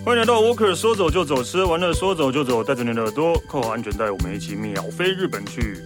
欢迎来到 Walker， 说走就走，吃完了说走就走，带着你的耳朵扣好安全带，我们一起秒飞日本去。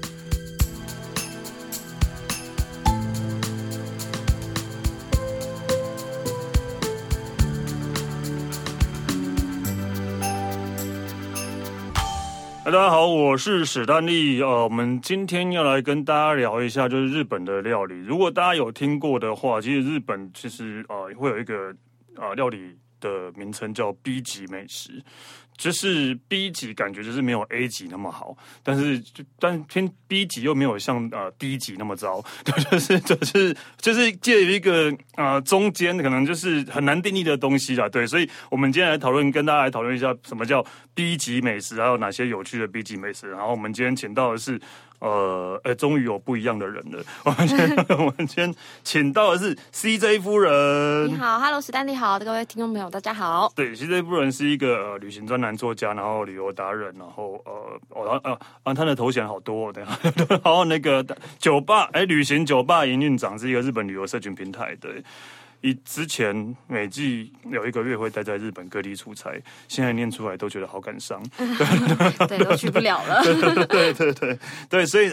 大家好，我是史丹利。我们今天要来跟大家聊一下，就是日本的料理。如果大家有听过的话，其实日本其实会有一个料理的名称叫 B 级美食，就是 B 级感觉就是没有 A 级那么好，但偏 B 级又没有像D 级那么糟，就是介于一个中间，可能就是很难定义的东西啦。对，所以我们今天跟大家来讨论一下什么叫 B 级美食，还有哪些有趣的 B 级美食。然后我们今天请到的是。终于有不一样的人了。我们今天请到的是 CJ 夫人。 你好 ，Hello， 史丹利好，各位听众朋友，大家好。 对 ，CJ 夫人是一个旅行专栏作家，然后旅游达人，然后他的头衔好多哦，等一下，然后那个酒吧，旅行酒吧营运长是一个日本旅游社群平台，对。之前每季有1个月会待在日本各地出差，现在念出来都觉得好感伤， 对，都去不了了。 对，所以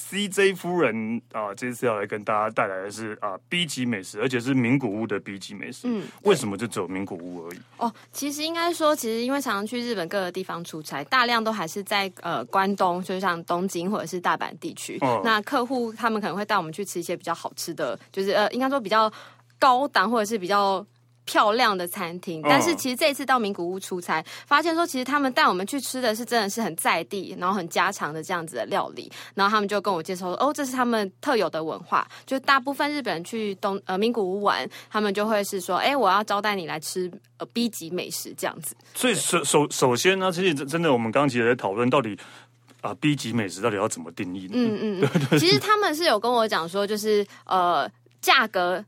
CJ 夫人这次要来跟大家带来的是B 级美食，而且是名古屋的 B 级美食。为什么就只有名古屋而已？ 其实应该说，因为常常去日本各个地方出差，大量都还是在关东，就像东京或者是大阪地区。那客户他们可能会带我们去吃一些比较好吃的，就是应该说比较高档或者是比较漂亮的餐厅，但是其实这一次到名古屋出差，发现说其实他们带我们去吃的是真的是很在地，然后很家常的这样子的料理，然后他们就跟我介绍说，这是他们特有的文化，就大部分日本人去名古屋玩，他们就会是说，我要招待你来吃B 级美食这样子。 所以首先呢，其实真的我们刚刚其实在讨论到底。B 级美食到底要怎么定义呢？ 其实他们是有跟我讲说，就是价格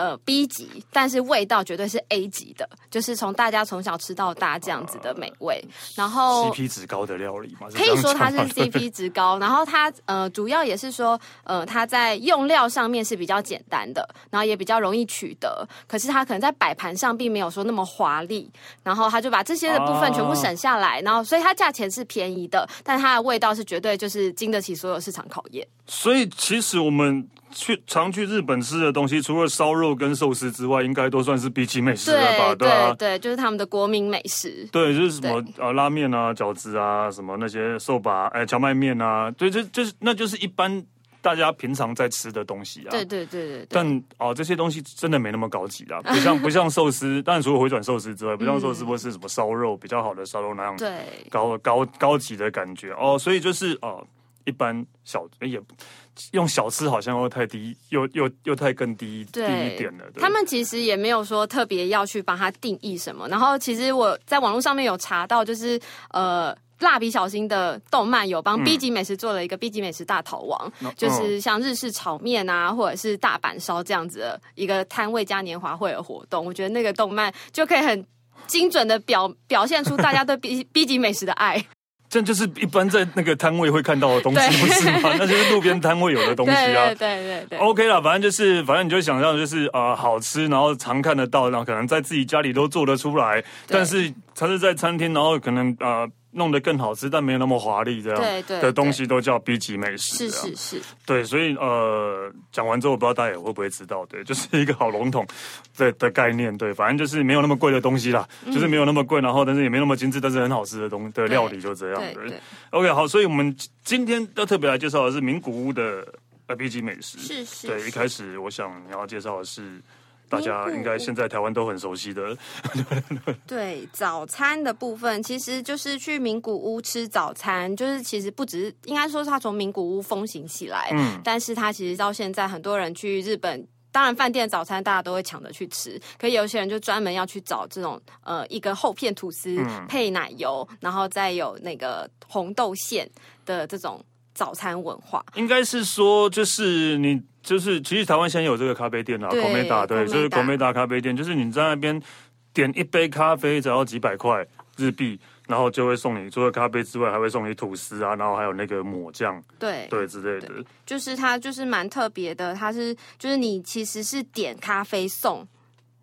B 级，但是味道绝对是 A 级的，就是大家从小吃到大这样子的美味，然后 CP 值高的料理嘛， 可以说它是 CP 值高，然后它主要也是说它在用料上面是比较简单的，然后也比较容易取得，可是它可能在摆盘上并没有说那么华丽，然后他就把这些的部分全部省下来，然后所以它价钱是便宜的，但它的味道是绝对就是经得起所有市场考验。 所以其实我们常去日本吃的东西，除了烧肉跟寿司之外，应该都算是 B 级美食了吧？ 对，就是他们的国民美食。 对，就是什么拉面啊、饺子啊，什么那些寿把、荞麦面啊，对，那就是一般大家平常在吃的东西啊。 对。 但这些东西真的没那么高级啦，不像寿司，当然除了回转寿司之外，不像寿司或是什么烧肉比较好的烧肉那样高级的感觉所以就是一般也用小吃好像又太低，又太更低一点了。 他们其实也没有说特别要去帮他定义什么。然后其实我在网络上面有查到，就是蜡笔小新的动漫有帮 B 级美食做了一个 B 级美食大逃亡，就是像日式炒面啊，或者是大阪烧这样子的一个摊位嘉年华会的活动。我觉得那个动漫就可以很精准的表现出大家对 B 级美食的爱。 这就是一般在那个摊位会看到的东西，不是吗？那就是路边摊位有的东西啊。 对。 OK 啦，反正你就想象就是好吃，然后常看得到，然后可能在自己家里都做得出来，但是它是在餐厅，然后可能弄得更好吃，但没有那么华丽，这样的东西都叫 B 级美食。 是。 对，所以讲完之后，我不知道大家也会不会知道，对，就是一个好笼统的概念，对，反正就是没有那么贵的东西啦，就是没有那么贵，然后但是也没那么精致，但是很好吃的料理，就这样。对 ，OK， 好，所以我们今天要特别来介绍的是名古屋的B 级美食。 是。 对，一开始我想你要介绍的是。大家应该现在台湾都很熟悉的， 对，早餐的部分其实就是去名古屋吃早餐，就是其实不只是应该说是它从名古屋风行起来，但是它其实到现在很多人去日本。当然，饭店早餐大家都会抢着去吃，可有些人就专门要去找这种一个厚片吐司配奶油，然后再有那个红豆馅的这种早餐文化。 应该是说，就是其实台湾现在有这个咖啡店啦，Komeda，对，就是 Komeda 咖啡店，就是你在那边点一杯咖啡只要几百块日币，然后就会送你除了咖啡之外，还会送你吐司啊，然后还有那个抹酱，对之类的。 就是它就是蛮特别的，它是就是你其实是点咖啡送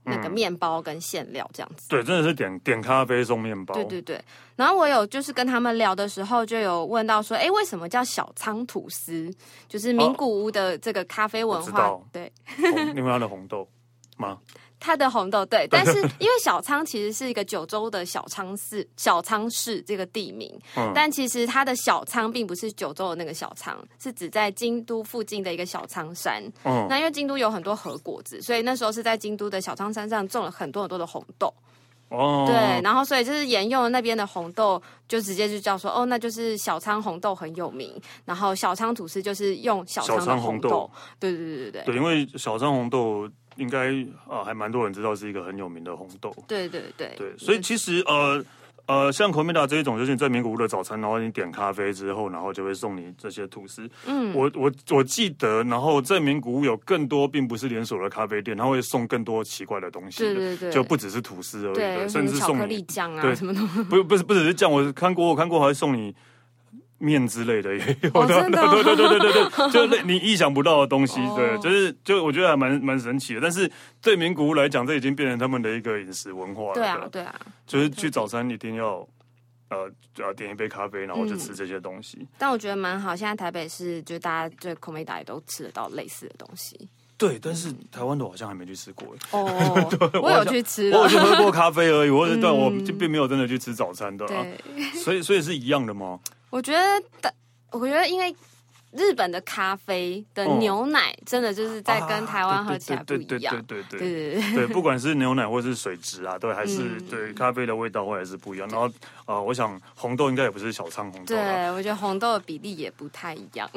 那个面包跟馅料这样子。 对，真的是点咖啡送面包。 对对对。然后我有就是跟他们聊的时候，就有问到说，哎，为什么叫小仓吐司？就是名古屋的这个咖啡文化。对， 因为它的红豆吗？ 它的红豆对，但是因为小仓其实是一个九州的小仓市这个地名，但其实它的小仓并不是九州的那个小仓，是指在京都附近的一个小仓山。那因为京都有很多和果子，所以那时候是在京都的小仓山上种了很多很多的红豆。对，然后所以就是沿用了那边的红豆，就直接就叫说那就是小仓红豆很有名，然后小仓吐司就是用小仓的红豆。对对对对对。 对，因为小仓红豆应该还蛮多人知道是一个很有名的红豆。 对对对对，所以其实像Komeda这一种，就是你在名古屋的早餐，然后你点咖啡之后，然后就会送你这些吐司。我记得，然后在名古屋有更多并不是连锁的咖啡店，它会送更多奇怪的东西。 对对对， 就不只是吐司而已， 对， 甚至送巧克力酱啊，什么东西。 不只是酱，我看过还会送你面之类的也有的。 真的哦。 对，就是你意想不到的东西。对，就我觉得还蛮神奇的。但是对名古屋来讲，这已经变成他们的一个饮食文化了。 对啊， 就是去早餐一定要点一杯咖啡，然后就吃这些东西。 但我觉得蛮好，现在台北市就大家对Komeda也都吃得到类似的东西。 对，但是台湾的我好像还没去吃过。 我有去吃， 我有去喝过咖啡而已。我就并没有真的去吃早餐的。所以是一样的吗？ 我觉得因为日本的咖啡的牛奶真的就是在跟台湾喝起来不一样。 对，不管是牛奶或是水质啊，对，还是对咖啡的味道会还是不一样。然后我想红豆应该也不是小仓红豆。 对，我觉得红豆的比例也不太一样。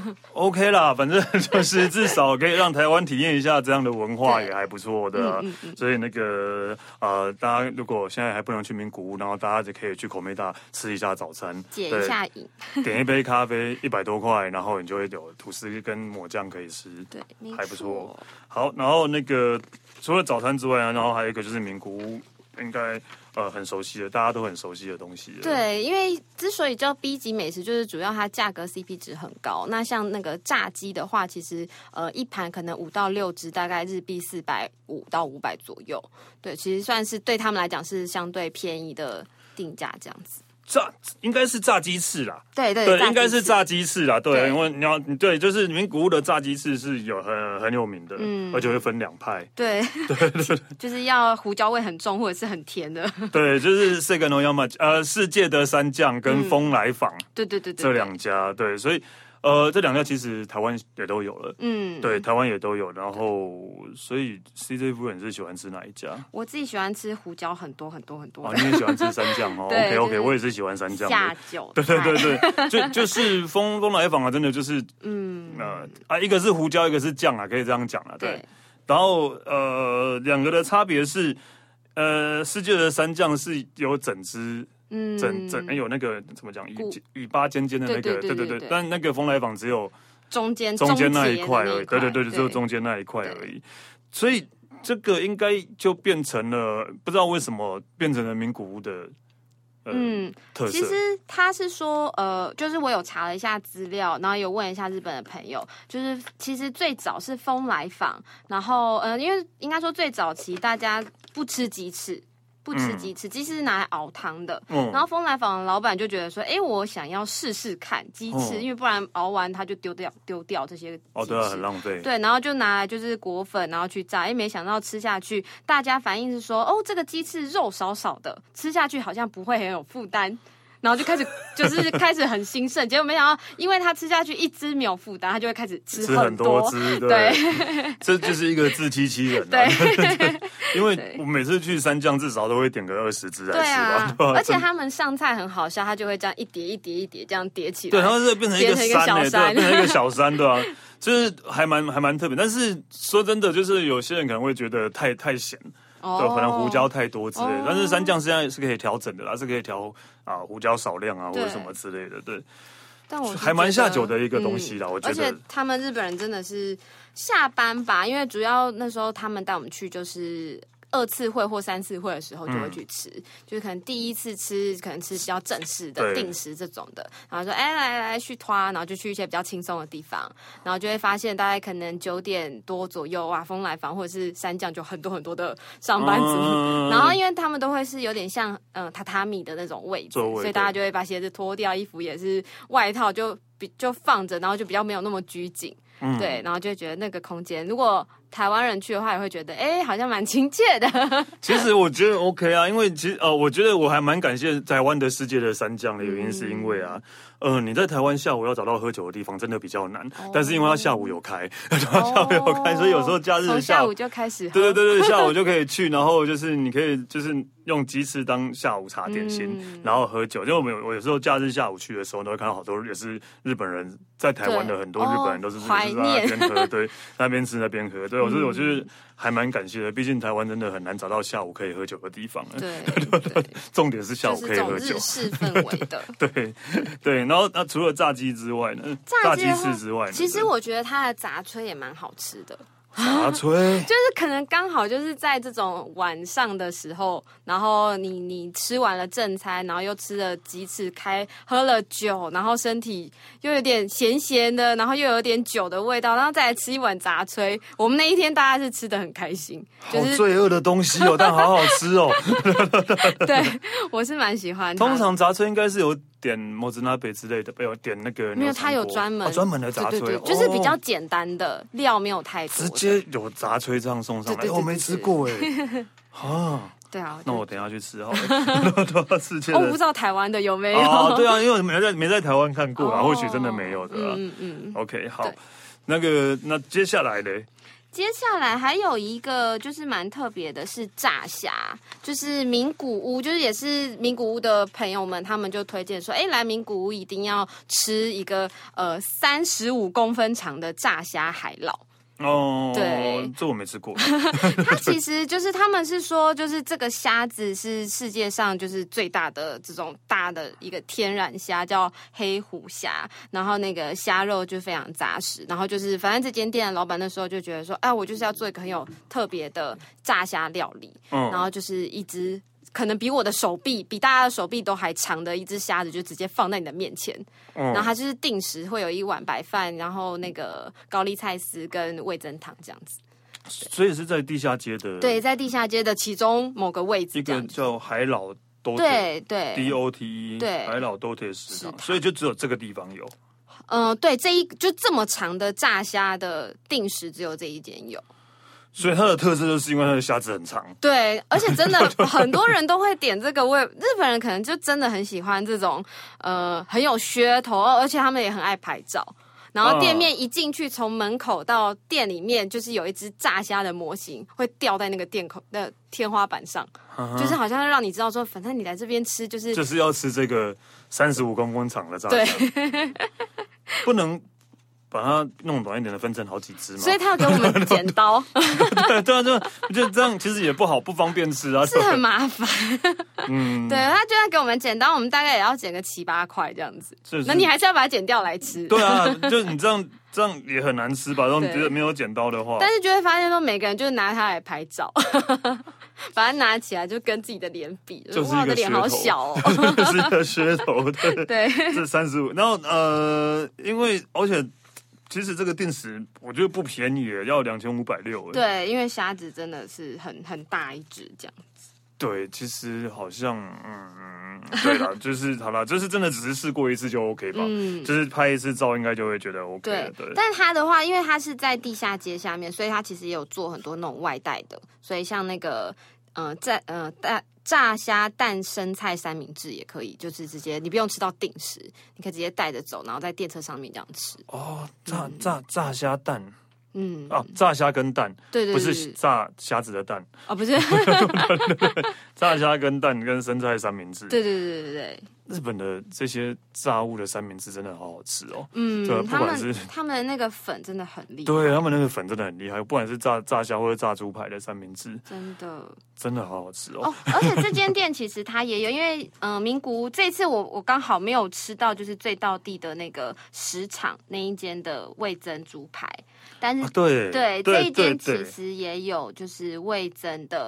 OK 啦，反正就是至少可以让台湾体验一下这样的文化，也还不错的。所以那个大家如果现在还不能去名古屋，然后大家就可以去Komeda吃一下早餐， 解一下瘾， 点一杯咖啡100多块，然后你就会有吐司跟抹酱可以吃， 对， 还不错。好，然后那个除了早餐之外，然后还有一个就是名古屋应该很熟悉的，大家都很熟悉的东西。 对，因为之所以叫 B 级美食，就是主要它价格 CP 值很高。那像那个炸鸡的话，其实一盘可能5到6只，大概日币450到500左右。对，其实算是对他们来讲是相对便宜的定价这样子。 应该是炸鸡翅啦， 对， 应该是炸鸡翅啦，对，因为对，就是名古屋的炸鸡翅是有很有名的，而且会分2派， 对，就是要胡椒味很重或者是很甜的， 对，就是Segano世界的三酱跟风来坊， 对，这 2家，对，所以这2家其实台湾也都有了，对，台湾也都有，然后所以 CJ 夫人是喜欢吃哪一家？ 我自己喜欢吃胡椒很多你也喜欢吃三酱哦？OK， 我也是喜欢三酱下酒， 对，就是风来坊啊，真的就是一个是胡椒，一个是酱啊，可以这样讲啊，对，然后2个的差别是世界的三酱是有整只。有那个怎么讲，尾巴尖尖的那个，对，但那个风来坊只有中间那一块而已，对，只有中间那一块而已，所以这个应该就变成了，不知道为什么变成了名古屋的特色。 其实他是说就是我有查了一下资料，然后有问一下日本的朋友，就是其实最早是风来坊，然后因为应该说最早期大家不吃鸡翅，鸡翅是拿来熬汤的。然后风来坊的老板就觉得说，我想要试试看鸡翅，因为不然熬完他就丢掉这些鸡翅。 对啊，很浪费。 对，然后就拿来就是裹粉，然后去炸。没想到吃下去，大家反应是说，这个鸡翅肉少少的，吃下去好像不会很有负担。然后就开始很兴盛，结果没想到，因为他吃下去一只没有负担，他就会开始吃很多只，对，这就是一个自欺欺人。对，因为我每次去三酱至少都会点个20只来吃吧。 而且他们上菜很好笑，他就会这样一叠这样叠起来， 对，然后是变成一个山，变成一个小山，对吧？就是还蛮特别。但是说真的，就是有些人可能会觉得太咸。对，可能胡椒太多之类的，但是三酱实际上是可以调整的啦，是可以调胡椒少量啊，或者什么之类的，对。 但我还蛮下酒的一个东西啦，我觉得。 而且他们日本人真的是下班吧，因为主要那时候他们带我们去就是 2次会或3次会的时候就会去吃，就是可能第一次吃可能吃比较正式的定时这种的，然后说来去拖，然后就去一些比较轻松的地方，然后就会发现大概可能9点多左右哇，风来坊或者是三将就很多很多的上班族，然后因为他们都会是有点像榻榻米的那种位置，所以大家就会把鞋子脱掉，衣服也是外套就放着，然后就比较没有那么拘谨。对，然后就会觉得那个空间，如果台湾人去的话，也会觉得好像蛮亲切的。 其实我觉得 OK 啊，因为其实我觉得我还蛮感谢台湾的世界的三将的原因，是因为你在台湾下午要找到喝酒的地方真的比较难，但是因为它下午有开，所以有时候假日从下午就开始喝。 对，下午就可以去，然后就是你可以就是用鸡翅当下午茶点心，然后喝酒。就我有时候假日下午去的时候，都会看到好多也是日本人，在台湾的很多日本人都是在那边喝，对，那边吃那边喝，对，我觉得还蛮感谢的，毕竟台湾真的很难找到下午可以喝酒的地方。 对， 重点是下午可以喝酒， 日式氛围的。 对，然后除了炸鸡之外呢，炸鸡翅之外呢， 其实我觉得它的杂炊也蛮好吃的。 杂炊就是可能刚好就是在这种晚上的时候，然后你吃完了正餐，然后又吃了鸡翅，喝了酒，然后身体又有点咸咸的，然后又有点酒的味道，然后再来吃一碗杂炊，我们那一天大家是吃得很开心。 好罪恶的东西哦，但好好吃哦。 对，我是蛮喜欢的。 通常杂炊应该是有点莫兹纳贝之类的，有点那个没有，它有专门的杂炊， 对，就是比较简单的，料没有太多， 直接有杂炊这样送上来，我没吃过对啊， 那我等一下去吃好了。 我不知道台湾的有没有。 对啊，因为没在台湾看过啦，或许真的没有的。OK， 好，那接下来呢？ 接下来还有一个就是蛮特别的，是炸虾，就是名古屋，就是也是名古屋的朋友们，他们就推荐说，来名古屋一定要吃一个35公分长的炸虾海老。对， 这我没吃过。 它其实就是他们是说，就是这个虾子是世界上就是最大的这种大的一个天然虾，叫黑虎虾。然后那个虾肉就非常扎实。然后就是反正这间店的老板那时候就觉得说，我就是要做一个很有特别的炸虾料理。然后就是一只可能比我的手臂，比大家的手臂都还长的一只虾子，就直接放在你的面前。然后它就是定时会有一碗白饭，然后那个高丽菜丝跟味噌汤这样子。 所以是在地下街的， 对，在地下街的其中某个位置， 一个叫海老都对 DOTE 对海老都铁食堂，所以就只有这个地方有。 对，就这么长的炸虾的定时只有这一间有。 所以它的特色就是因为它的虾子很长， 对，而且真的很多人都会点这个日本人可能就真的很喜欢这种很有噱头，而且他们也很爱拍照。然后店面一进去，从门口到店里面，就是有一只炸虾的模型会吊在那个店口的天花板上，就是好像让你知道说，反正你来这边吃就是要吃这个35公分长的炸虾，对，不能把它弄短一点的分成好几只嘛， 所以他要给我们剪刀。 对啊，就这样，其实也不好，不方便吃啊， 是很麻烦。对，他就要给我们剪刀，我们大概也要剪个7、8块这样子。那你还是要把它剪掉来吃。 对啊，就你这样也很难吃吧？然后你觉得没有剪刀的话， 但是就会发现说，每个人就是拿它来拍照，把它拿起来就跟自己的脸比， 就是我的脸好小哦， 是一个噱头。 对， 这35，然后因为而且。其实这个定时我觉得不便宜耶，要2560。 对，因为虾子真的是很大一只这样子。 对，其实好像对啦，就是好啦，就是真的只是试过一次就 OK 吧。就是拍一次照应该就会觉得 OK 了。对， 但它的话，因为它是在地下街下面，所以它其实也有做很多那种外带的，所以像那个炸虾蛋生菜三明治也可以，就是直接你不用吃到定时，你可以直接带着走，然后在电车上面这样吃。 炸虾蛋，炸虾跟蛋， 对， 不是炸虾子的蛋不是， 炸虾跟蛋跟生菜三明治， 对。 日本的这些炸物的三明治真的好好吃哦， 对，不管是他们的那个粉真的很厉害， 对他们那个粉真的很厉害，不管是炸虾或者炸猪排的三明治，真的好好吃哦。 而且这间店其实它也有，因为名古屋这次我刚好没有吃到就是最道地的那个石场那一间的味噌猪排，但是对这一间其实也有就是味噌的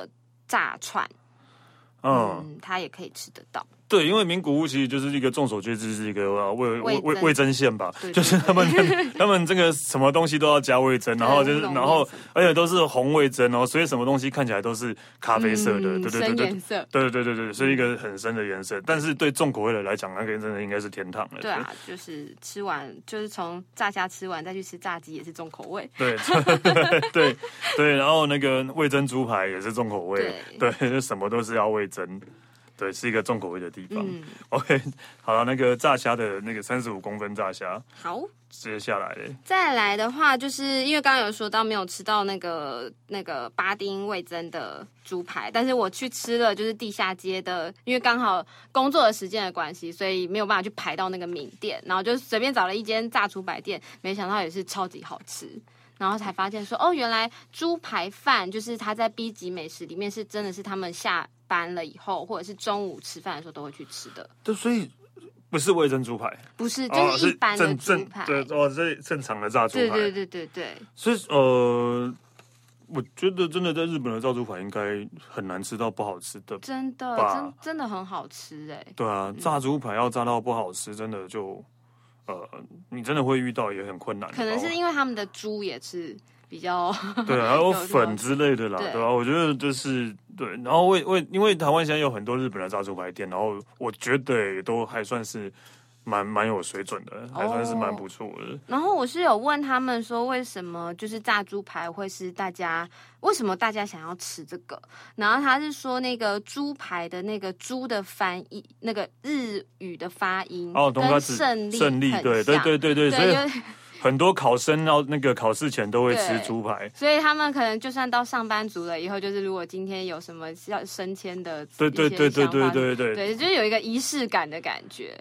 炸串，它也可以吃得到。 对，因为名古屋其实就是一个众所皆知是一个味噌县吧，就是他们这个什么东西都要加味噌，然后而且都是红味噌哦，所以什么东西看起来都是咖啡色的，对，所以一个很深的颜色。但是对重口味的来讲，那个真的应该是天堂了。 对啊，就是吃完就是从炸虾吃完再去吃炸鸡也是重口味。 对对，然后那个味噌猪排也是重口味，对，什么都是要味噌。对，是一个重口味的地方。OK， 好了，那个炸虾的那个35公分炸虾， 好， 接下来再来的话，就是因为刚刚有说到没有吃到那个巴丁味噌的猪排，但是我去吃了就是地下街的，因为刚好工作的时间的关系，所以没有办法去排到那个名店，然后就随便找了一间炸猪排店，没想到也是超级好吃。然后才发现说，原来猪排饭就是它在 B 级美食里面是真的是他们下班了以后，或者是中午吃饭的时候都会去吃的。 对，所以不是味噌猪排， 不是，就是一般的猪排。 对，这正常的炸猪排。 对。 所以我觉得真的在日本的炸猪排应该很难吃到不好吃的， 真的很好吃哎。 对啊，炸猪排要炸到不好吃，真的就。你真的会遇到也很困难， 可能是因为他们的猪也是比较对，还有粉之类的啦，对吧？我觉得就是对，然后因为台湾现在有很多日本的炸猪排店，然后我觉得也都还算是蛮有水准的，还算是蛮不错的。 然后我是有问他们说，为什么就是炸猪排会是为什么大家想要吃这个？然后他是说那个猪排的那个猪的翻译，那个日语的发音跟胜利对，所以很多考生要那个考试前都会吃猪排， 所以他们可能就算到上班族了以后，就是如果今天有什么要升迁的， 对， 就是有一个仪式感的感觉。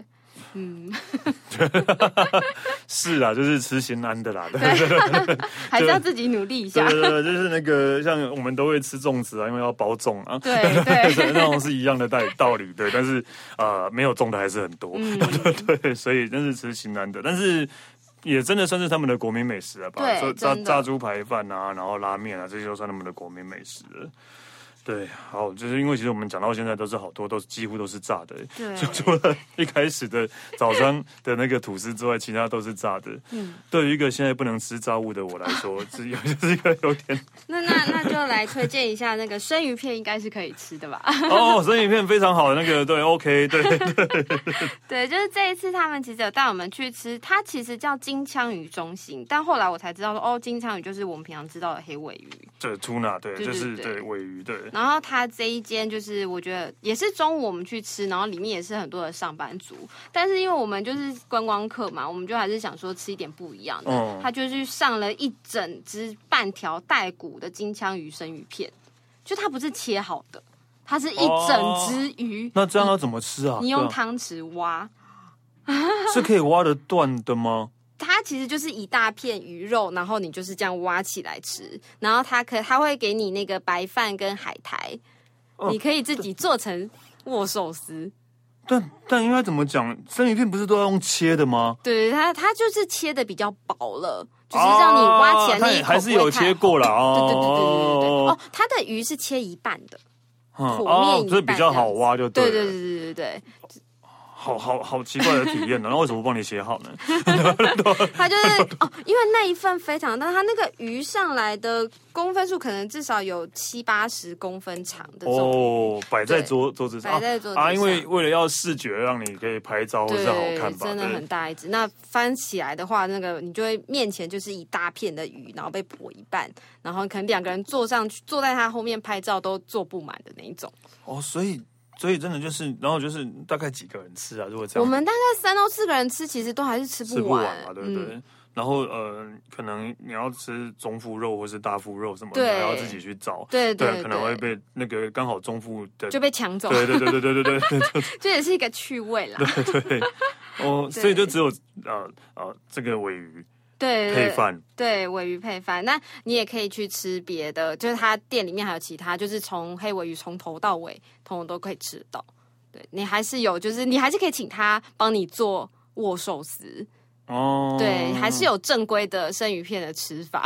是啦，就是吃心安的啦，对， 还是要自己努力一下。 对，就是那个像我们都会吃粽子啊，因为要包粽啊， 对， 那种是一样的道理，对。但是没有粽的还是很多，对，所以真是吃心安的，但是也真的算是他们的国民美食了吧？ 对， 炸猪排饭啊，然后拉面啊，这些都算他们的国民美食了。对，好，就是因为其实我们讲到现在都是好多都几乎都是炸的， 对， 就除了一开始的早餐的那个吐司之外，其他都是炸的。对于一个现在不能吃炸物的我来说，就是一个有点。 那就来推荐一下那个生鱼片，应该是可以吃的吧？ 生鱼片非常好的那个，对 ，OK， 对， 对，就是这一次他们其实有带我们去吃，它其实叫金枪鱼中心，但后来我才知道说，金枪鱼就是我们平常知道的黑尾鱼， 对，tuna，对，就是对尾鱼，对。 然后它这一间就是我觉得也是中午我们去吃，然后里面也是很多的上班族，但是因为我们就是观光客嘛，我们就还是想说吃一点不一样的。他就是上了一整只半条带骨的金枪鱼生鱼片，就它不是切好的，它是一整只鱼。 那这样要怎么吃啊？ 你用汤匙挖， 是可以挖得断的吗？ 它其实就是一大片鱼肉，然后你就是这样挖起来吃，然后它会给你那个白饭跟海苔，你可以自己做成握寿司。 但应该怎么讲？生鱼片不是都要用切的吗？ 对，它就是切的比较薄了，就是让你挖起来那一口还是有切过啦。 对，它的鱼是切一半的，剖面一半， 所以比较好挖就对了。 对。 好奇怪的体验呢，那为什么不帮你写好呢？ 他就是因为那一份非常大，他那个鱼上来的公分数可能至少有70-80公分长的这种摆在桌子上， 摆在桌子上因为了要视觉让你可以拍照或是好看吧， 真的很大一只。那翻起来的话，那个你就会面前就是一大片的鱼，然后被剖一半，然后可能2个人坐上去，坐在他后面拍照都坐不满的那一种。 所以真的就是，然后就是大概几个人吃啊？如果这样， 我们大概3到4个人吃，其实都还是吃不完嘛，对不对？然后可能你要吃中腹肉或是大腹肉什么的，还要自己去找， 对， 可能会被那个刚好中腹的就被抢走， 对， 这也是一个趣味啦。 对，所以就只有这个尾鱼。 对， 配饭， 对，尾鱼配饭。那你也可以去吃别的，就是它店里面还有其他，就是从黑尾鱼从头到尾，通通都可以吃得到。对，你还是有，就是你还是可以请他帮你做握寿司。对，还是有正规的生鱼片的吃法。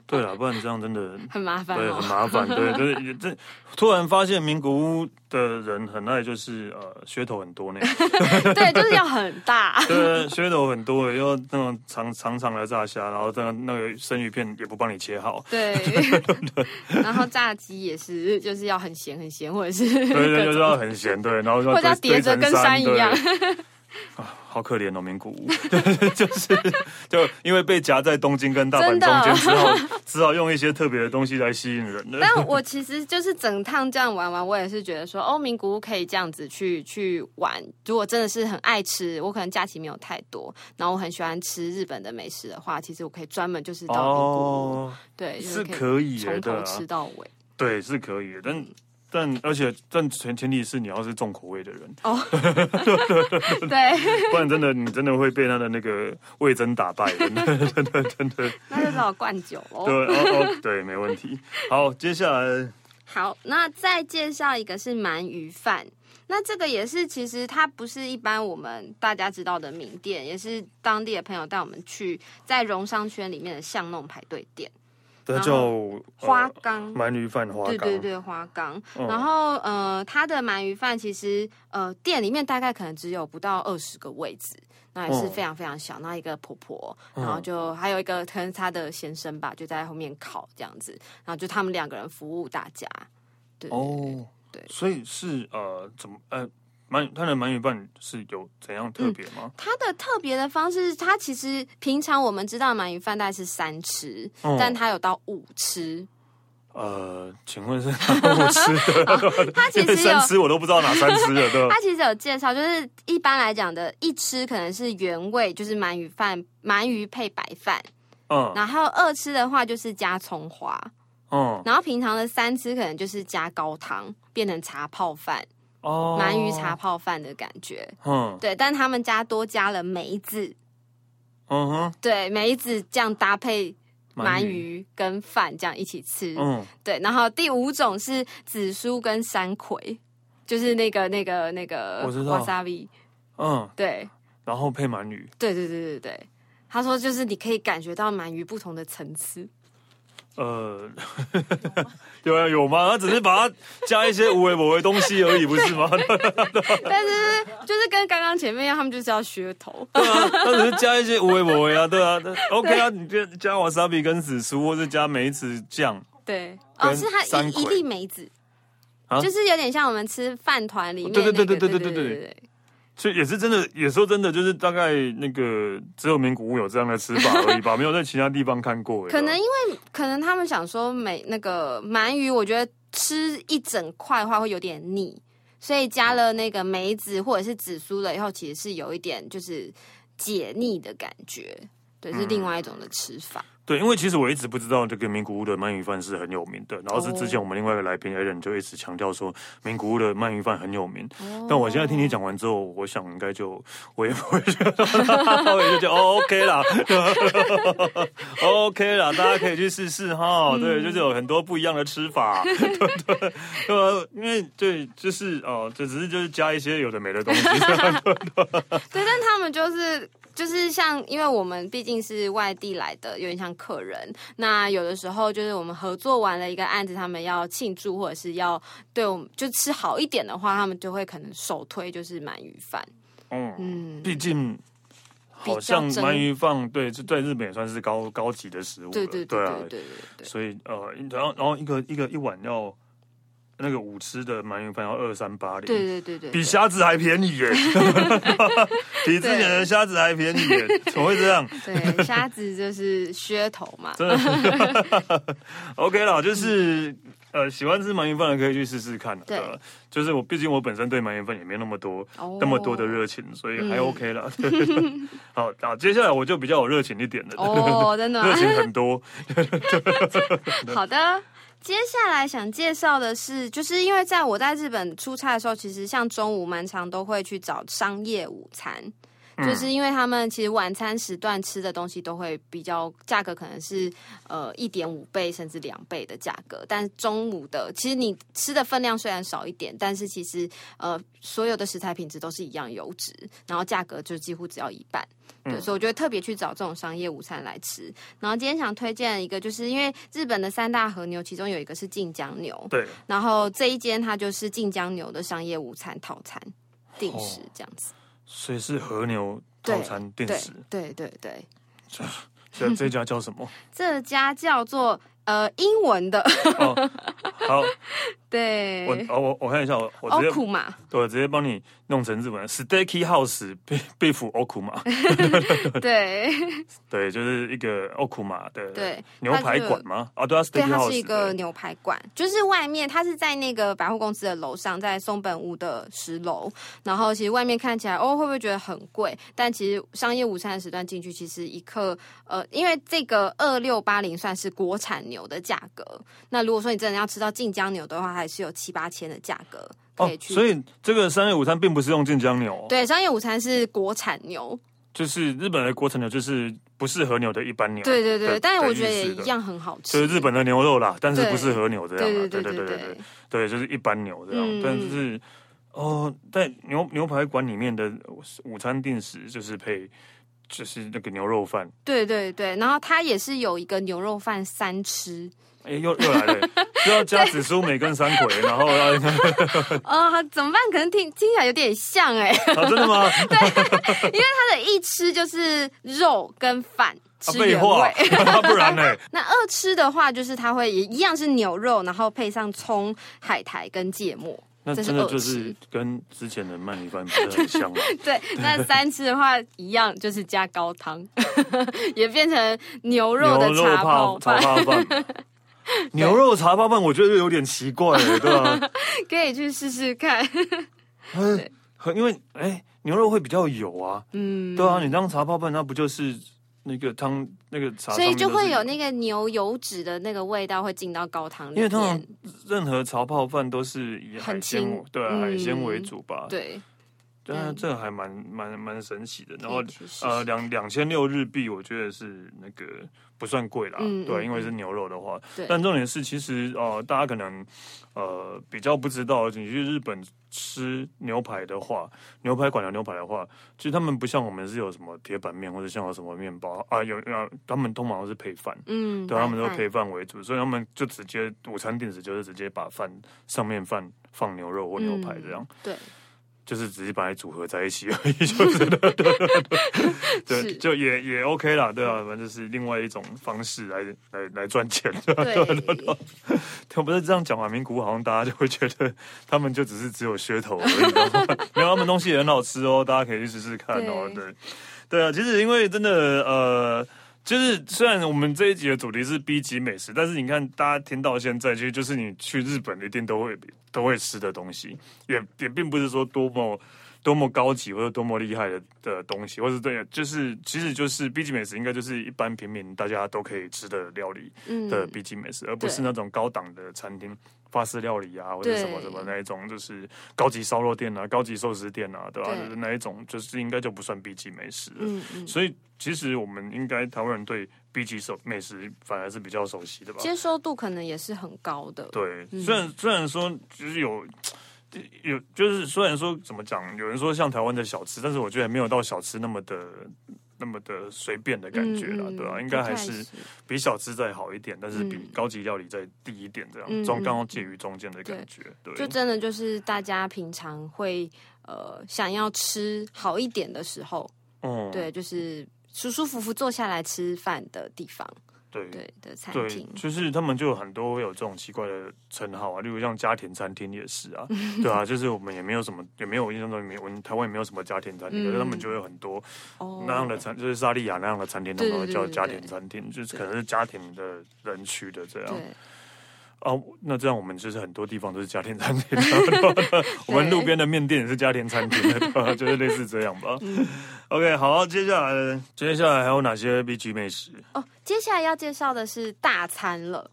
对啦，不然这样真的很麻烦， 对，很麻烦。对，就是这突然发现名古屋的人很爱就是噱头很多呢。 对，就是要很大。 对，噱头很多，要那种长的炸虾，然后那个生鱼片也不帮你切好。 对，然后炸鸡也是，就是要很咸，或者是对，就是要很咸，对，然后或者要叠着跟山一样。 好可怜哦，名古屋，就因为被夹在东京跟大阪中间，只好用一些特别的东西来吸引人了。 但我其实就是整趟这样玩完，我也是觉得说，名古屋可以这样子去玩。如果真的是很爱吃，我可能假期没有太多，然后我很喜欢吃日本的美食的话，其实我可以专门就是到名古屋，对， 是可以从头吃到尾， 对，是可以的，而且前提是你要是重口味的人哦，对， 不然你真的会被他的那个味噌打败，真的， 那就只好灌酒喽。 对，对，没问题。好，接下来， 好，那再介绍一个是鳗鱼饭。那这个也是，其实它不是一般我们大家知道的名店，也是当地的朋友带我们去在荣商圈里面的巷弄排队店。 它叫花岗鳗鱼饭，花岗对，花岗。然后它的鳗鱼饭其实店里面大概可能只有不到20个位置，那也是非常非常小。那一个婆婆，然后就还有一个可能他的先生吧，就在后面烤这样子，然后就他们2个人服务大家。对对， 所以是怎么它的鳗鱼饭是有怎样特别吗？ 它的特别的方式，它其实平常我们知道鳗鱼饭大概是3吃，但它有到5吃。 请问是哪5吃的？ 它其实有 3吃我都不知道哪3吃的，对吧？ 它其实有介绍，就是一般来讲的1吃可能是原味，就是鳗鱼饭，鳗鱼配白饭。然后2吃的话就是加葱花。然后平常的3吃可能就是加高汤，变成茶泡饭。鳗鱼茶泡饭的感觉，对，但他们家多加了梅子，对，梅子这样搭配鳗鱼跟饭这样一起吃，对，然后第5种是紫苏跟山葵，就是那个我知道 wasabi， 对， 然后配鳗鱼， 对，他说就是你可以感觉到鳗鱼不同的层次。 有吗？他只是把它加一些无为不为东西而已，不是吗？ 但是就是跟刚刚前面一样，他们就是要噱头。 对啊，他只是加一些无为不为啊，对啊 ，OK 啊，你加wasabi跟紫苏，或是加梅子酱， 对，是它一粒梅子，就是有点像我们吃饭团里面那个，对。 所以也是真的，有时候真的就是大概那个只有名古屋有这样的吃法而已吧，没有在其他地方看过。 可能因为他们想说那个鳗鱼，我觉得吃一整块的话会有点腻，所以加了那个梅子或者是紫苏了以后，其实是有一点就是解腻的感觉，对，是另外一种的吃法。 对，因为其实我一直不知道这个名古屋的鳗鱼饭是很有名的，然后是之前我们另外一个来宾 Allen 就一直强调说名古屋的鳗鱼饭很有名。但我现在听你讲完之后，我想应该我也不会觉得，我也就觉得OK 啦，OK 啦，大家可以去试试哈。对，就是有很多不一样的吃法，对，因为对，就是就只是就是加一些有的没的东西。 对，但他们就是像，因为我们毕竟是外地来的，有点像客人。那有的时候就是我们合作完了一个案子，他们要庆祝或者是要对我们就吃好一点的话，他们就会可能首推就是鳗鱼饭。 毕竟好像鳗鱼饭对在日本也算是高级的食物了。对，所以然后一碗要。那个5吃的鳗鱼饭要2380， 对， 比虾子还便宜耶，比之前的虾子还便宜耶，怎么会这样？ 对，虾子就是噱头嘛， 真的。OK 啦，就是喜欢吃鳗鱼饭的可以去试试看。对，就是毕竟我本身对鳗鱼饭也没那么多的热情，所以还 OK 啦。好，接下来我就比较有热情一点的， 真的热情很多。 好的。接下来想介绍的是，就是因为我在日本出差的时候，其实像中午蛮常都会去找商业午餐， 就是因为他们其实晚餐时段吃的东西都会比较价格可能是1.5倍甚至2倍的价格，但中午的其实你吃的分量虽然少一点，但是其实所有的食材品质都是一样优质，然后价格就几乎只要1半。对，所以我就会特别去找这种商业午餐来吃。然后今天想推荐一个，就是因为日本的3大和牛，其中有一个是近江牛， 对。 然后这一间它就是近江牛的商业午餐套餐定时这样子， 所以是和牛套餐定时。 对。 这家叫什么？ 这家叫做英文的。 好， 对， 我看一下，我直接 Okuma， 对，直接帮你弄成日文 Steak House Beef Okuma。对，就是一个 Okuma 的牛排馆吗？对啊 ，Steak House， 对，它是一个牛排馆，就是外面它是在那个百货公司的楼上，在松本屋的10楼。然后其实外面看起来会不会觉得很贵？但其实商业午餐的时段进去，其实一克因为这个2680算是国产牛的价格。那如果说你真的要吃到近江牛的话，还是有7-8千的价格可以去。 所以这个商业午餐并不是用近江牛。 对，商业午餐是国产牛， 就是日本的国产牛，就是不是和牛的一般牛。 对，但是我觉得也一样很好吃。 就是日本的牛肉啦，但是不是和牛这样。 对， 就是一般牛这样。但是在牛排馆里面的午餐定时就是配。就是那个牛肉饭，对， 然后它也是有一个牛肉饭3吃， 又来了，需要加紫苏梅跟山葵，然后怎么办？可能听起来有点像真的吗？ 对，因为它的1吃就是肉跟饭。 废话，不然呢？ 那2吃的话，就是它会也一样是牛肉，然后配上葱、海苔跟芥末。 那真的就是跟之前的鳗鱼饭不是很像吗？ 对，那3吃的话一样，就是加高汤，也变成牛肉的茶泡饭。 牛肉茶泡饭，我觉得有点奇怪，对吧？ 可以去试试看。 因为牛肉会比较油啊，对啊，你当茶泡饭，那不就是那个汤那个茶， 所以就会有那个牛油脂的那个味道会进到高汤里面。 因为通常任何茶泡饭都是以海鲜海鲜为主吧？ 对。 这还蛮神奇的。然后2600日币，我觉得是那个不算贵啦，对，因为是牛肉的话。但重点是，其实大家可能比较不知道，你去日本吃牛排的话，牛排馆的牛排的话，其实他们不像我们是有什么铁板面或者像有什么面包他们通常都是配饭，对，他们都配饭为主，所以他们就直接午餐定时就是直接把饭上面放牛肉或牛排这样， 对。 就是直接把它组合在一起而已，就是对，就也 OK 啦，对啊，反正就是另外一种方式来赚钱，对，他不是这样讲嘛，名古屋好像大家就会觉得他们就只有噱头而已，没有，他们东西也很好吃哦，大家可以去试试看哦，对啊，其实因为真的就是虽然我们这一集的主题是 B 级美食，但是你看大家听到现在，其实就是你去日本一定都会吃的东西，也并不是说多么高级或者多么厉害的东西，或者对，就是其实就是 B 级美食应该就是一般平民大家都可以吃的料理的 B 级美食，而不是那种高档的餐厅。法式料理啊，或者什么那一种，就是高级烧肉店啊、高级寿司店啊，对吧？就是那一种，就是应该就不算 B 级美食了。所以其实我们应该台湾人对 B 级美食反而是比较熟悉的吧？ 接受度可能也是很高的。 对，虽然说就是有，就是虽然说怎么讲，有人说像台湾的小吃，但是我觉得没有到小吃那么的随便的感觉啦，对吧？应该还是比小吃再好一点，但是比高级料理再低一点，这样刚好介于中间的感觉。对， 就真的就是大家平常会想要吃好一点的时候，对，就是舒舒服服坐下来吃饭的地方。对的餐厅， 就是他们就有很多会有这种奇怪的称号啊，例如像家庭餐厅也是啊，对啊，就是我们也没有我印象中台湾也没有什么家庭餐厅，可是他们就有很多那样的就是萨莉亚那样的餐厅，他们都叫家庭餐厅，就是可能是家庭的人去的这样。那这样我们就是很多地方都是家庭餐厅，我们路边的面店也是家庭餐厅，就是类似这样吧。OK， 好，接下来还有哪些 B 级美食？ 接下来要介绍的是大餐了。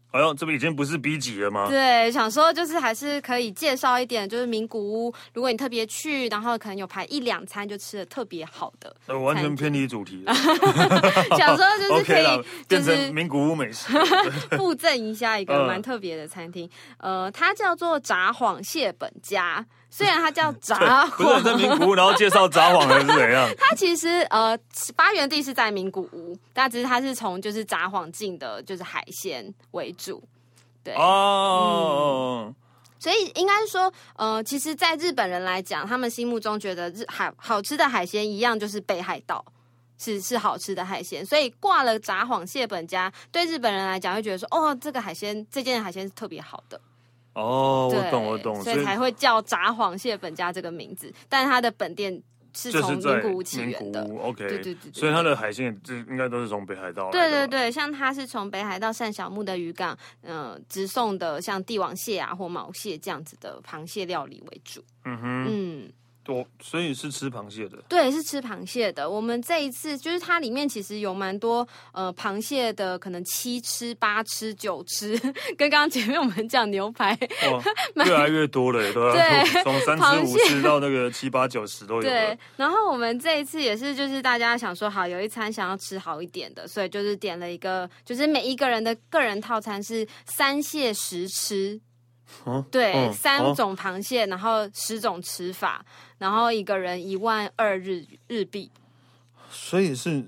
哎呦，这边已经不是 B 级了吗？ 对，想说就是还是可以介绍一点，就是名古屋，如果你特别去，然后可能有排1-2餐就吃的特别好的， 完全偏离主题了。 想说就是可以、 okay 变成名古屋美食， 附赠一下一个蛮特别的餐厅，它叫做札幌蟹本家。虽然它叫札幌， 不是在名古屋，然后介绍札幌的是怎样？ 它其实发源地是在名古屋，但只是它是从就是札幌进的，就是海鲜为主。对哦，所以应该说，其实，在日本人来讲，他们心目中觉得好吃的海鲜一样就是北海道是好吃的海鲜，所以挂了札幌蟹本家，对日本人来讲会觉得说，哦，这件海鲜是特别好的。 哦，我懂， 所以才会叫札幌蟹本家这个名字，但是它的本店是从名古屋起源的。 OK， 对， 所以它的海鲜应该都是从北海道来的。对，像它是从北海道善小木的渔港，直送的像帝王蟹啊或毛蟹这样子的螃蟹料理为主。 所以是吃螃蟹的， 对，是吃螃蟹的。我们这一次就是它里面其实有蛮多螃蟹的，可能7吃、8吃、9吃，跟刚刚前面我们讲牛排， 越来越多了，对，从3吃、5吃到那个7、8、9、10都有。 对，然后我们这一次也是，就是大家想说好有一餐想要吃好一点的，所以就是点了一个，就是每一个人的个人套餐是3蟹10吃。对，3种螃蟹，然后10种吃法，然后一个人12000日币。 所以是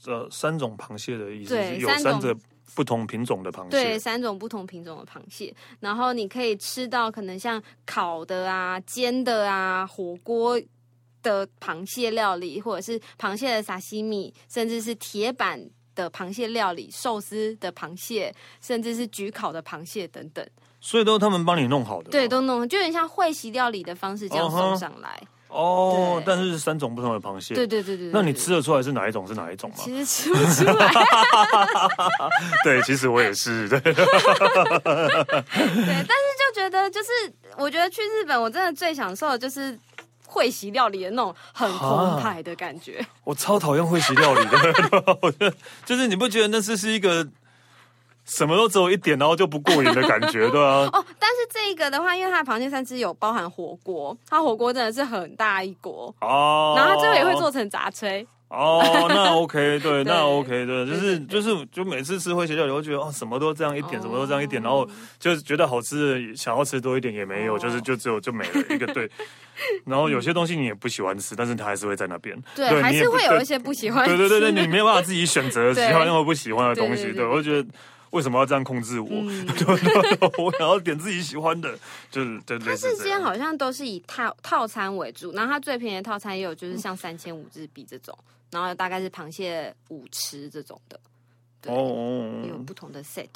3种螃蟹的意思，是有3个不同品种的螃蟹。 对，3种不同品种的螃蟹，然后你可以吃到可能像烤的啊、煎的啊、火锅的螃蟹料理，或者是螃蟹的沙西米，甚至是铁板的螃蟹料理、寿司的螃蟹，甚至是焗烤的螃蟹等等。 所以都是他们帮你弄好的， 对，都弄，就有点像会席料理的方式这样送上来。 但是3种不同的螃蟹。 对。 那你吃得出来是哪一种吗？ 其实吃不出来。 对，其实我也是。对， 但是就觉得，就是我觉得去日本，我真的最享受的就是会席料理的那种很澎湃的感觉。 我超讨厌会席料理的，我觉得就是你不觉得那是一个什么都只有一点，然后就不过瘾的感觉，对啊。 但是这个的话，因为它的螃蟹3吃有包含火锅，它火锅真的是很大一锅然后它最后也会做成杂炊。 那 OK， 对，那 OK， 对，就每次吃会席料理，我觉得什么都这样一点，什么都这样一点，然后就觉得好吃的，想要吃多一点也没有，就只有就没了一个对。然后有些东西你也不喜欢吃，但是它还是会在那边， 对，还是会有一些不喜欢吃。 对，你没有办法自己选择喜欢或不喜欢的东西，对，我就觉得。为什么要这样控制我？我想要点自己喜欢的，就是它之间好像都是以套餐为主，然后它最便宜的套餐也有，就是像3500日币这种，然后大概是螃蟹5吃这种的，对，有不同的 set。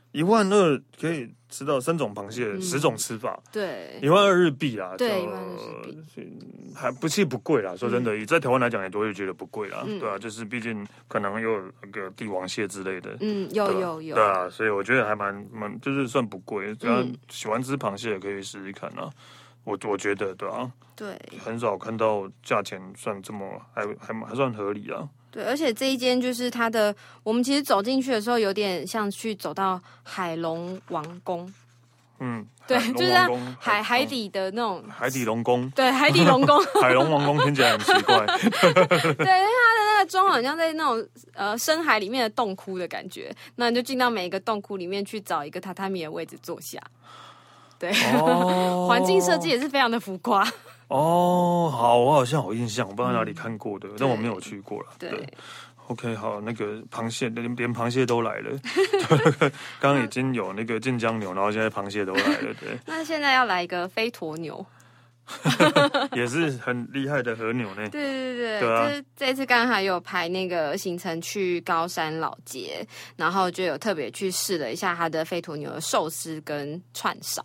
12000可以吃到3种螃蟹，10种吃法， 对 ，12000日币啦， 对，12000日币， 其实不贵啦。说真的，在台湾来讲，也都会觉得不贵啦，对啊，就是毕竟可能有那个帝王蟹之类的， 有， 对啊，所以我觉得还蛮就是算不贵，只要喜欢吃螃蟹也可以试试看啊。我觉得对啊， 对， 很少看到价钱算这么还算合理啊。 对，而且这一间就是它的，我们其实走进去的时候，有点像走到海龙王宫。对，就是海底的那种海底龙宫。 对，海底龙宫。 海龙王宫听起来很奇怪。 对，因为它的那个装潢像在那种深海里面的洞窟的感觉，那你就进到每一个洞窟里面去找一个榻榻米的位置坐下。对，环境设计也是非常的浮夸。 好，我好像有印象，我不知道哪里看过的，但我没有去过了。对 ，OK， 好，那个螃蟹连螃蟹都来了，刚刚已经有那个晋江牛，然后现在螃蟹都来了，对。 那现在要来一个飞驒牛， 也是很厉害的和牛呢。 对，就是这次刚好有排那个行程去高山老街，然后就有特别去试了一下它的飞驒牛的寿司跟串烧。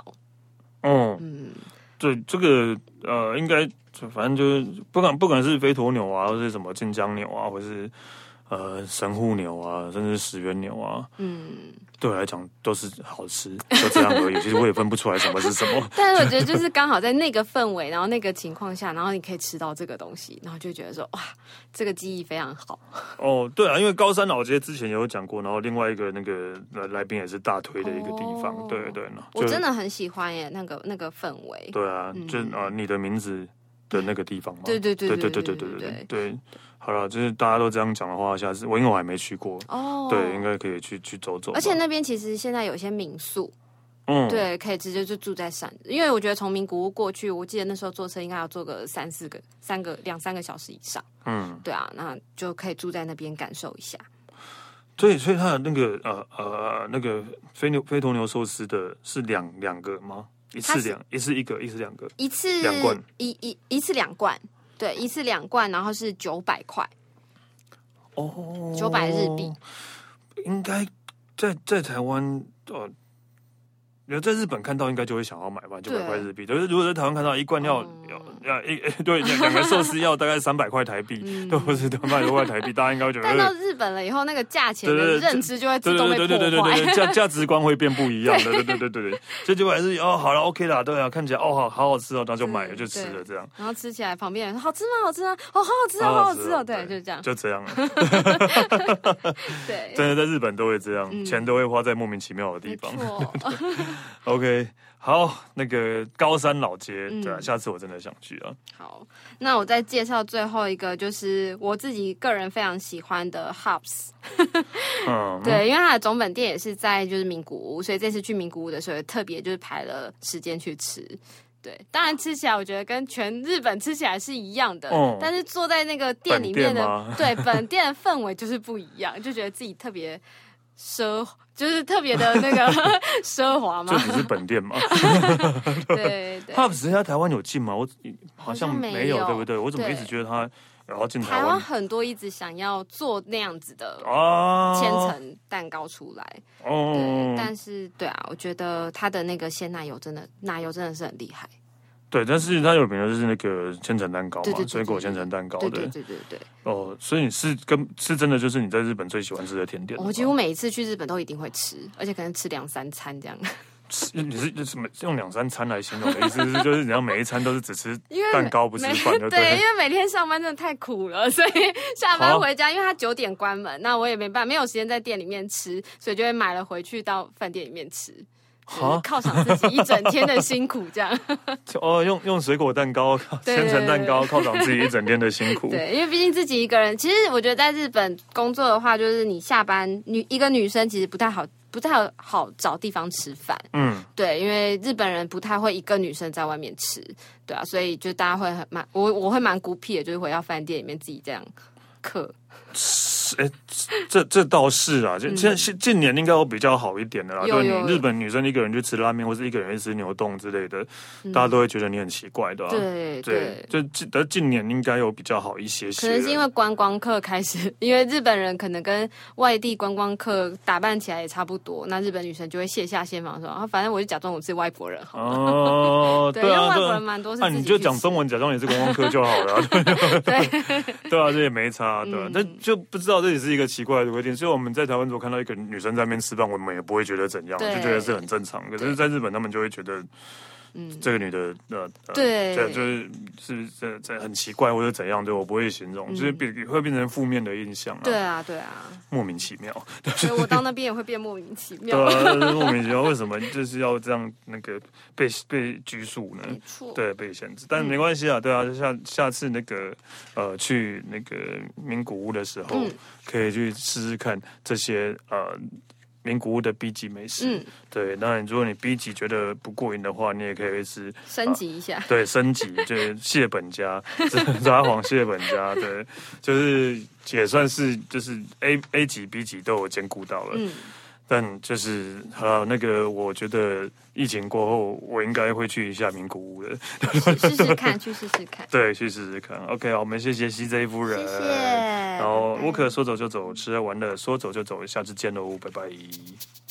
对，这个应该反正就是不管是飞驒牛啊，或是什么晋江牛啊，或是神户牛啊，甚至石原牛啊，对我来讲都是好吃，就这样而已。其实我也分不出来什么是什么。 但是我觉得就是刚好在那个氛围，然后那个情况下，然后你可以吃到这个东西，然后就觉得说哇，这个记忆非常好。 哦，对啊，因为高山老街之前有讲过，然后另外一个那个来宾也是大推的一个地方，对对。 我真的很喜欢耶，那个氛围。 对啊，就你的名字的那个地方嘛。 对。 对，好了，就是大家都这样讲的话，下次因为我还没去过，对，应该可以去走走。 而且那边其实现在有一些民宿，对，可以直接就住在山，因为我觉得从名古屋过去，我记得那时候坐车应该要坐个2、3个小时以上，对啊，那就可以住在那边感受一下。 所以它的那个那个飞鸵牛寿司的是两个吗？一次一个，一次两个， 一次 2罐， 一次2罐，对，一次2罐，然后是900块，900日币。 应该在台湾在日本看到应该就会想要买吧，900块日币。就是如果在台湾看到一罐要对2个寿司要大概300块台币，都不是200多块台币，大家应该觉得。 但到日本了以后，那个价钱的认知就会自动被破坏， 价值观会变不一样的，对。这就还是好了 ，OK 啦，对啊，看起来好好吃哦，然后就买了就吃了这样。 然后吃起来旁边人说好吃吗？好吃吗？好好吃哦，好好吃哦，对，就这样， 就这样了。 对， 真的在日本都会这样，钱都会花在莫名其妙的地方。OK， 好，那个高山老街，对啊，下次我真的想去啊。 好，那我再介绍最后一个，就是我自己个人非常喜欢的 Hops。对，因为它的总本店也是在就是名古屋，所以这次去名古屋的时候，特别就是排了时间去吃。对，当然吃起来我觉得跟全日本吃起来是一样的，但是坐在那个店里面的本店的氛围就是不一样，就觉得自己特别就是特别的那个奢华嘛， 就只是本店嘛。 对。 Hops 人家台湾有进吗？我好像没有，对不对？我怎么一直觉得他要进台湾？ 台湾很多一直想要做那样子的千层蛋糕出来，对，但是对啊，我觉得它的那个鲜奶油真的是很厉害。 对，但是它有名的就是那个千层蛋糕嘛，水果千层蛋糕的。 对。 所以你是真的就是你在日本最喜欢吃的甜点。 我几乎每一次去日本都一定会吃，而且可能吃2-3餐这样。 你是什么用2-3餐来形容的意思？是就是你要每一餐都是只吃蛋糕不吃饭就对。 因为每天上班真的太苦了，所以下班回家，因为他9点关门，那我也没有时间在店里面吃，所以就会买了回去到饭店里面吃。犒赏自己一整天的辛苦，这样。 用水果蛋糕、千层蛋糕犒赏自己一整天的辛苦。 对，因为毕竟自己一个人，其实我觉得在日本工作的话，就是你下班，一个女生其实不太好找地方吃饭。对，因为日本人不太会一个女生在外面吃，对啊，所以就大家会我会蛮孤僻的，就是回到饭店里面自己这样嗑。 这倒是啊，现在近年应该有比较好一点的啦。就你日本女生一个人去吃拉面，或是一个人去吃牛丼之类的，大家都会觉得你很奇怪的。对，就近年应该有比较好一些。 可能是因为观光客开始，因为日本人可能跟外地观光客打扮起来也差不多，那日本女生就会卸下心防说，反正我就假装我是外国人好了。对，因为外国人蛮多是自己去吃。 你就讲中文，假装你是观光客就好了。对啊，这也没差，对吧？但就不知道这也是一个奇怪的规定，所以我们在台湾如果看到一个女生在那边吃饭，我们也不会觉得怎样，就觉得是很正常。可是，在日本他们就会觉得，这个女的对，就是很奇怪或者怎样，对我不会形容，就是会变成负面的印象。 对啊， 莫名其妙。 所以我到那边也会变莫名其妙。 对啊，莫名其妙，为什么就是要这样那个被拘束呢？ 没错， 对，被限制，但没关系啊，对啊，下次那个去那个名古屋的时候，可以去试试看这些名古屋的 B 级美食。对，当然如果你 B 级觉得不过瘾的话，你也可以吃升级一下。 对，升级就是蟹本家、札幌蟹本家，对，就是也算是就是 A 级 B 级都有兼顾到了。但就是那个我觉得疫情过后，我应该会去一下名古屋的， 试试看，去试试看。 对，去试试看。OK， 好，我们谢谢CJ 夫人， 谢谢。 然后沃克说走就走，吃喝玩乐说走就走，下次见喽，拜拜。